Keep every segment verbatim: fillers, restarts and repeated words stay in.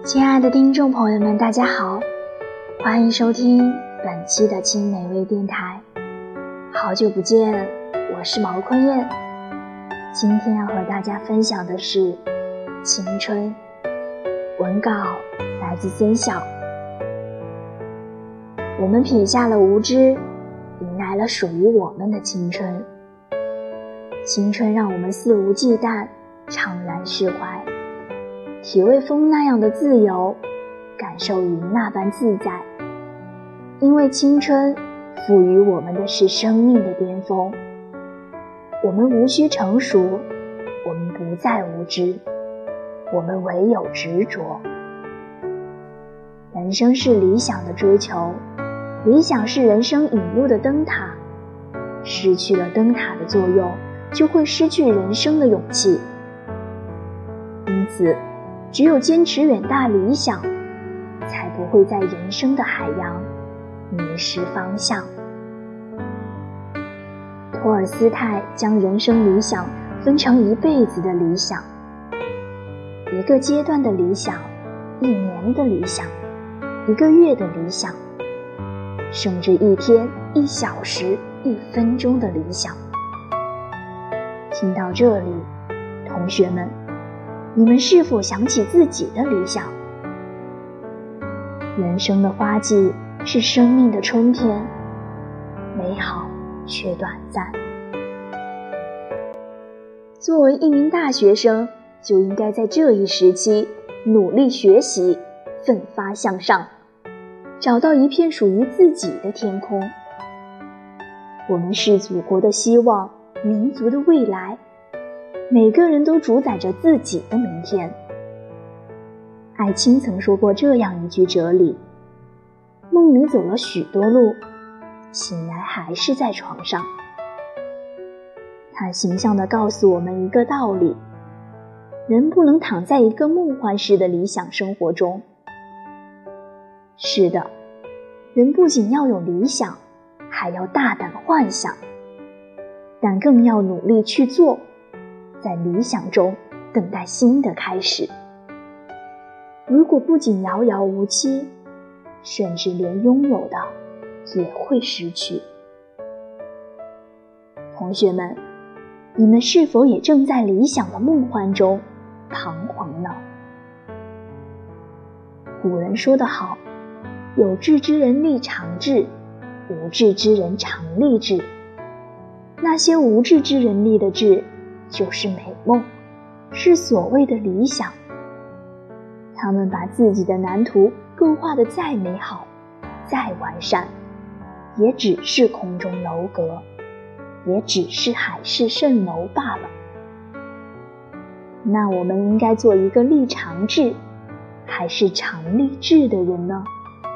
亲爱的听众朋友们，大家好，欢迎收听本期的青美味电台。好久不见，我是毛坤燕。今天要和大家分享的是青春。文稿来自孙晓。我们撇下了无知，迎来了属于我们的青春。青春让我们肆无忌惮，怅然释怀，体味风那样的自由，感受云那般自在。因为青春赋予我们的是生命的巅峰，我们无需成熟，我们不再无知，我们唯有执着。人生是理想的追求，理想是人生引路的灯塔，失去了灯塔的作用，就会失去人生的勇气。因此，只有坚持远大理想，才不会在人生的海洋迷失方向。托尔斯泰将人生理想分成一辈子的理想，一个阶段的理想，一年的理想，一个月的理想，甚至一天、一小时、一分钟的理想。听到这里，同学们，你们是否想起自己的理想？人生的花季是生命的春天，美好却短暂。作为一名大学生，就应该在这一时期努力学习，奋发向上，找到一片属于自己的天空。我们是祖国的希望，民族的未来，每个人都主宰着自己的明天。艾青曾说过这样一句哲理：梦里走了许多路，醒来还是在床上。他形象地告诉我们一个道理：人不能躺在一个梦幻式的理想生活中。是的，人不仅要有理想，还要大胆幻想，但更要努力去做，在理想中等待新的开始。如果不仅遥遥无期，甚至连拥有的也会失去。同学们，你们是否也正在理想的梦幻中彷徨呢？古人说得好，有志之人立长志，无志之人常立志。那些无志之人立的志，就是美梦，是所谓的理想。他们把自己的蓝图构画得再美好，再完善，也只是空中楼阁，也只是海市蜃楼罢了。那我们应该做一个立长志，还是常立志的人呢？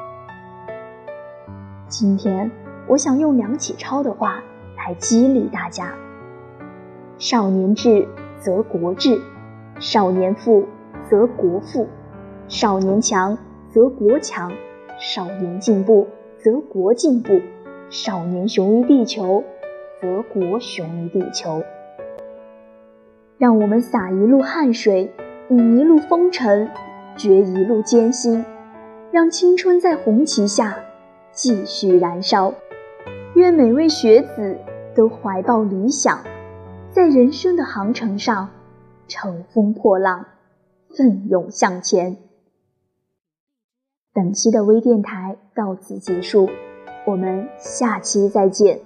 今天我想用梁启超的话来激励大家：少年智则国智，少年富则国富，少年强则国强，少年进步则国进步，少年雄于地球则国雄于地球。让我们洒一路汗水，饮一路风尘，决一路艰辛，让青春在红旗下继续燃烧。愿每位学子都怀抱理想，在人生的航程上乘风破浪，奋勇向前。本期的微电台到此结束，我们下期再见。